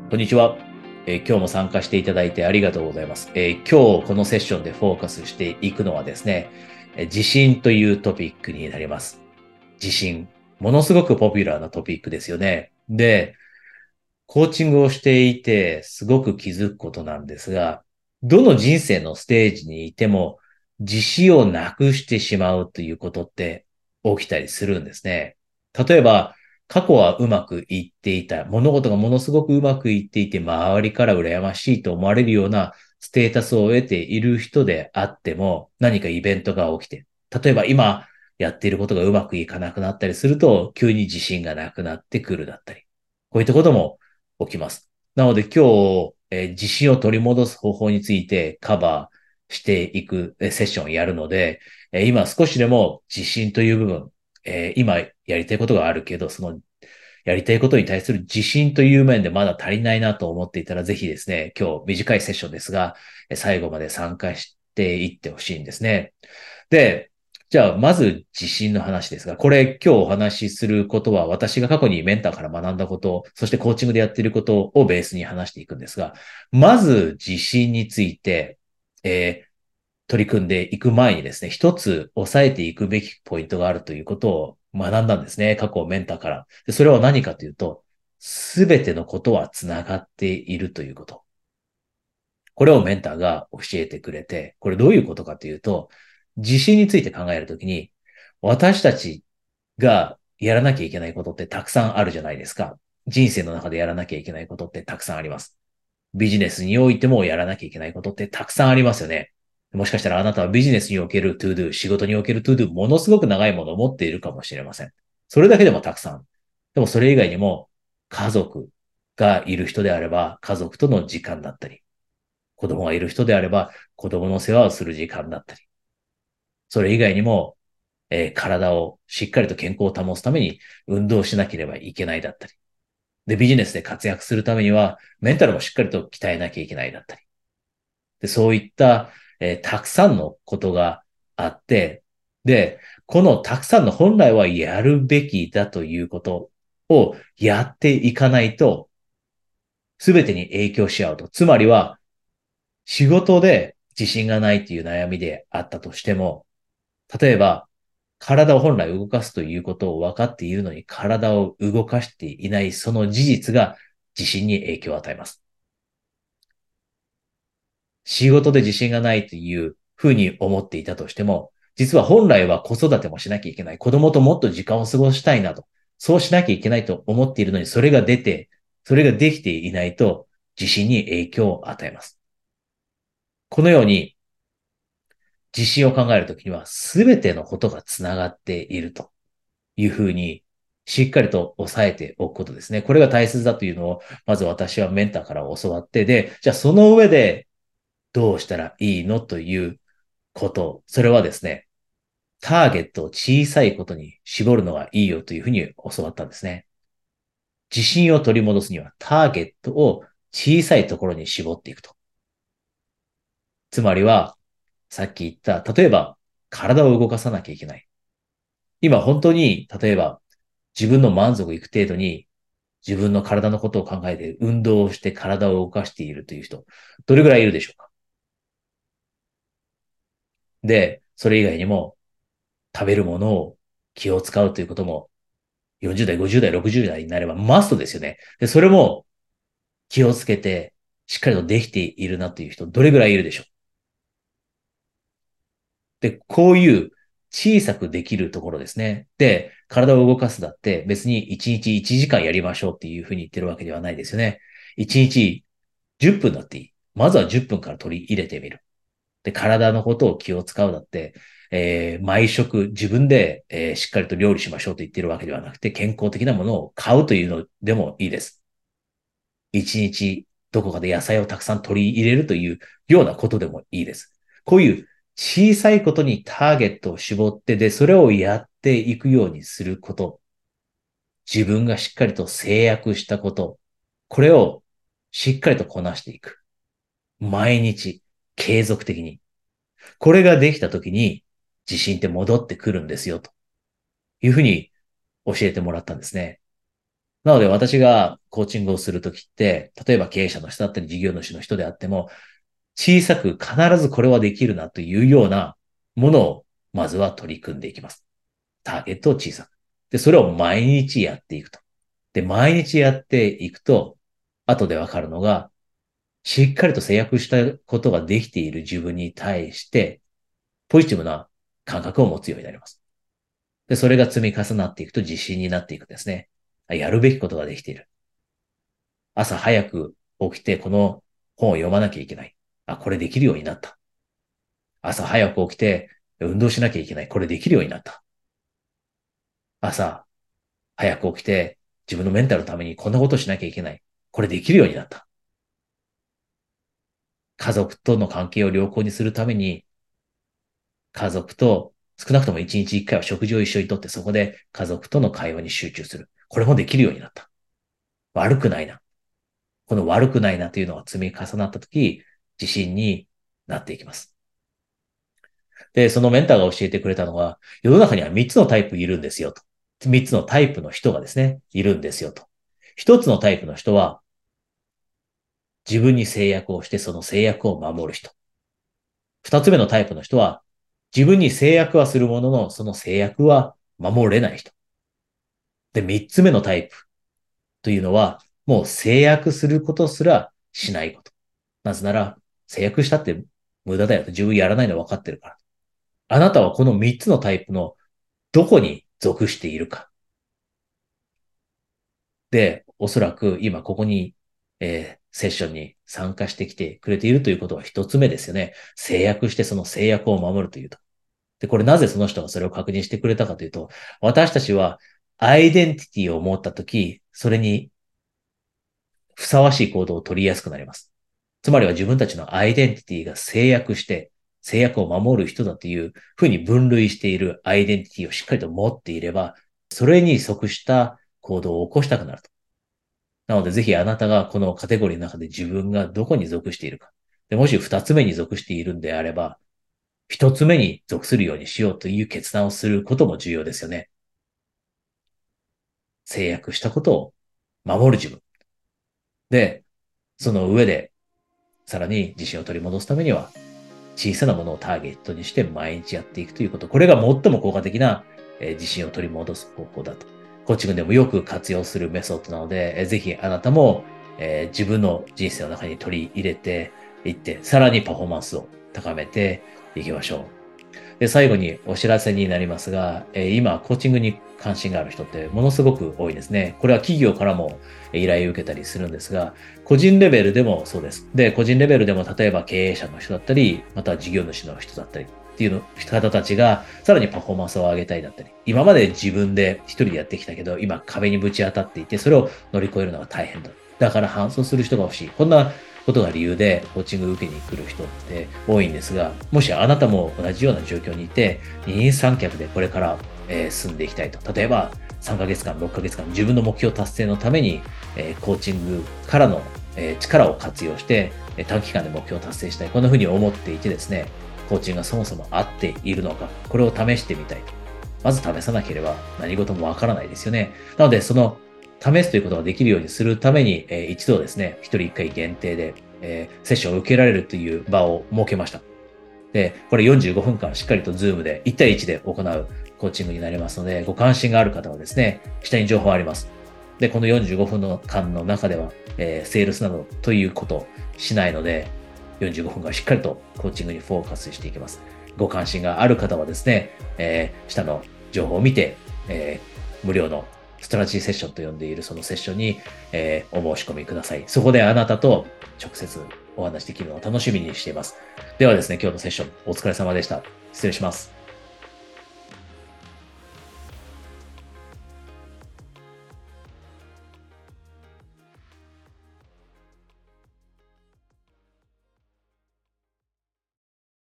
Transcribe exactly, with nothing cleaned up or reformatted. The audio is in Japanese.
こんにちは、えー今日も参加していただいてありがとうございます。えー今日このセッションでフォーカスしていくのはですね、えー自信というトピックになります。自信。ものすごくポピュラーなトピックですよね。で、コーチングをしていてすごく気づくことなんですが、どの人生のステージにいても自信をなくしてしまうということって起きたりするんですね。例えば、過去はうまくいっていた。物事がものすごくうまくいっていて、周りから羨ましいと思われるようなステータスを得ている人であっても、何かイベントが起きて、例えば今やっていることがうまくいかなくなったりすると、急に自信がなくなってくるだったり。こういったことも起きます。なので今日、えー自信を取り戻す方法についてカバーしていくえーセッションをやるので、えー今少しでも自信という部分、えー今やりたいことがあるけど、そのやりたいことに対する自信という面でまだ足りないなと思っていたら、ぜひですね、今日短いセッションですが、えー最後まで参加していってほしいんですね。で、じゃあ、まず自信の話ですが、これ今日お話しすることは私が過去にメンターから学んだこと、そしてコーチングでやっていることをベースに話していくんですが、まず自信について、えー取り組んでいく前にですね、一つ押さえていくべきポイントがあるということを学んだんですね。過去メンターから。でそれは何かというと、すべてのことはつながっているということ。これをメンターが教えてくれて、これどういうことかというと、自信について考えるときに、私たちがやらなきゃいけないことってたくさんあるじゃないですか。人生の中でやらなきゃいけないことってたくさんあります。ビジネスにおいてもやらなきゃいけないことってたくさんありますよね。もしかしたらあなたはビジネスにおけるトゥードゥ、仕事におけるトゥードゥ、ものすごく長いものを持っているかもしれません。それだけでもたくさん。でもそれ以外にも家族がいる人であれば家族との時間だったり、子供がいる人であれば子供の世話をする時間だったり、それ以外にも、えー体をしっかりと健康を保つために運動しなければいけないだったり、で、ビジネスで活躍するためにはメンタルもしっかりと鍛えなきゃいけないだったり、で、そういった、えーたくさんのことがあって、で、このたくさんの本来はやるべきだということをやっていかないと、すべてに影響し合うと。つまりは、仕事で自信がないっていう悩みであったとしても、例えば、体を本来動かすということを分かっているのに体を動かしていないその事実が自信に影響を与えます。仕事で自信がないというふうに思っていたとしても、実は本来は子育てもしなきゃいけない。子供ともっと時間を過ごしたいなと。そうしなきゃいけないと思っているのに、それが出て、それができていないと自信に影響を与えます。このように自信を考えるときには、すべてのことがつながっているというふうに、しっかりと押さえておくことですね。これが大切だというのを、まず私はメンターから教わって、で、じゃあその上でどうしたらいいのということ。それはですね、ターゲットを小さいことに絞るのがいいよというふうに教わったんですね。自信を取り戻すにはターゲットを小さいところに絞っていくと。つまりは、さっき言った、例えば、体を動かさなきゃいけない。今本当に、例えば、自分の満足いく程度に自分の体のことを考えて運動をして体を動かしているという人、どれぐらいいるでしょうか？で、それ以外にも食べるものを気を使うということもよんじゅう代、ごじゅう代、ろくじゅう代になればマストですよね。で、それも気をつけてしっかりとできているなという人、どれぐらいいるでしょう？で、こういう小さくできるところですね。で、体を動かすだって別にいちにちいちじかんやりましょうっていうふうに言ってるわけではないですよね。いちにちじゅっぷんだっていい。まずはじゅっぷんから取り入れてみる。で、体のことを気を使うだって、えー毎食自分で、えーしっかりと料理しましょうと言ってるわけではなくて、健康的なものを買うというのでもいいです。一日どこかで野菜をたくさん取り入れるというようなことでもいいです。こういう小さいことにターゲットを絞って、で、それをやっていくようにすること。自分がしっかりと制約したこと。これをしっかりとこなしていく。毎日、継続的に。これができたときに、自信って戻ってくるんですよ、というふうに教えてもらったんですね。 なので私がコーチングをするときって、例えば経営者の人だったり事業主の人であっても、小さく必ずこれはできるなというようなものをまずは取り組んでいきます。ターゲットを小さく。で、それを毎日やっていくと。で、毎日やっていくと、後でわかるのが、しっかりと制約したことができている自分に対して、ポジティブな感覚を持つようになります。で、それが積み重なっていくと自信になっていくんですね。やるべきことができている。朝早く起きてこの本を読まなきゃいけない。あ、これできるようになった。朝早く起きて運動しなきゃいけない。これできるようになった。朝早く起きて自分のメンタルのためにこんなことしなきゃいけない。これできるようになった。家族との関係を良好にするために、家族と少なくとも一日一回は食事を一緒にとってそこで家族との会話に集中する。これもできるようになった。悪くないな。この悪くないなというのが積み重なったとき、自信になっていきます。で、そのメンターが教えてくれたのは、世の中にはみっつのタイプいるんですよと。みっつのタイプの人がですね、いるんですよと。ひとつのタイプの人は、自分に制約をしてその制約を守る人。ふたつめのタイプの人は、自分に制約はするものの、その制約は守れない人。で、みっつめのタイプというのは、もう制約することすらしないこと。なぜなら、制約したって無駄だよと自分やらないの分かってるから。あなたはこのみっつのタイプのどこに属しているか。で、おそらく今ここに、えーセッションに参加してきてくれているということは一つ目ですよね。制約してその制約を守るというと。で、これなぜその人がそれを確認してくれたかというと、私たちはアイデンティティを持ったとき、それにふさわしい行動を取りやすくなります。つまりは自分たちのアイデンティティが制約して、制約を守る人だというふうに分類しているアイデンティティをしっかりと持っていれば、それに即した行動を起こしたくなると。なので、ぜひあなたがこのカテゴリーの中で自分がどこに属しているか。で、もし二つ目に属しているんであれば、一つ目に属するようにしようという決断をすることも重要ですよね。制約したことを守る自分。で、その上で、さらに自信を取り戻すためには、小さなものをターゲットにして毎日やっていくということ。これが最も効果的な、えー自信を取り戻す方法だと。コーチングでもよく活用するメソッドなので、えーぜひあなたも、えー自分の人生の中に取り入れていって、さらにパフォーマンスを高めていきましょう。で、最後にお知らせになりますが、えー今、コーチングに関心がある人ってものすごく多いですね。これは企業からも依頼を受けたりするんですが、個人レベルでもそうです。で、個人レベルでも例えば経営者の人だったり、または事業主の人だったりっていうの方たちが、さらにパフォーマンスを上げたいだったり、今まで自分で一人でやってきたけど、今壁にぶち当たっていて、それを乗り越えるのが大変だ。だから搬送する人が欲しい。こんなことが理由でコーチング受けに来る人って多いんですが、もしあなたも同じような状況にいて、二人三脚でこれから、えー進んでいきたいと。例えば、さんかげつかん、ろっかげつかん、自分の目標達成のために、えーコーチングからの、えー力を活用して、えー短期間で目標を達成したい。こんな風に思っていてですね、コーチングがそもそも合っているのか、これを試してみたいと。まず試さなければ何事もわからないですよね。なので、その試すということができるようにするために、えー一度ですね、一人一回限定で、えーセッションを受けられるという場を設けました。で、これよんじゅうごふんかんしっかりとズームでいち対いちで行うコーチングになりますので、ご関心がある方はですね、下に情報あります。で、このよんじゅうごふんの間の中では、えーセールスなどということをしないので、よんじゅうごふん間しっかりとコーチングにフォーカスしていきます。ご関心がある方はですね、えー下の情報を見て、えー無料のストラテジーセッションと呼んでいるそのセッションに、えーお申し込みください。そこであなたと直接お話しできるのを楽しみにしています。ではですね、今日のセッションお疲れ様でした。失礼します。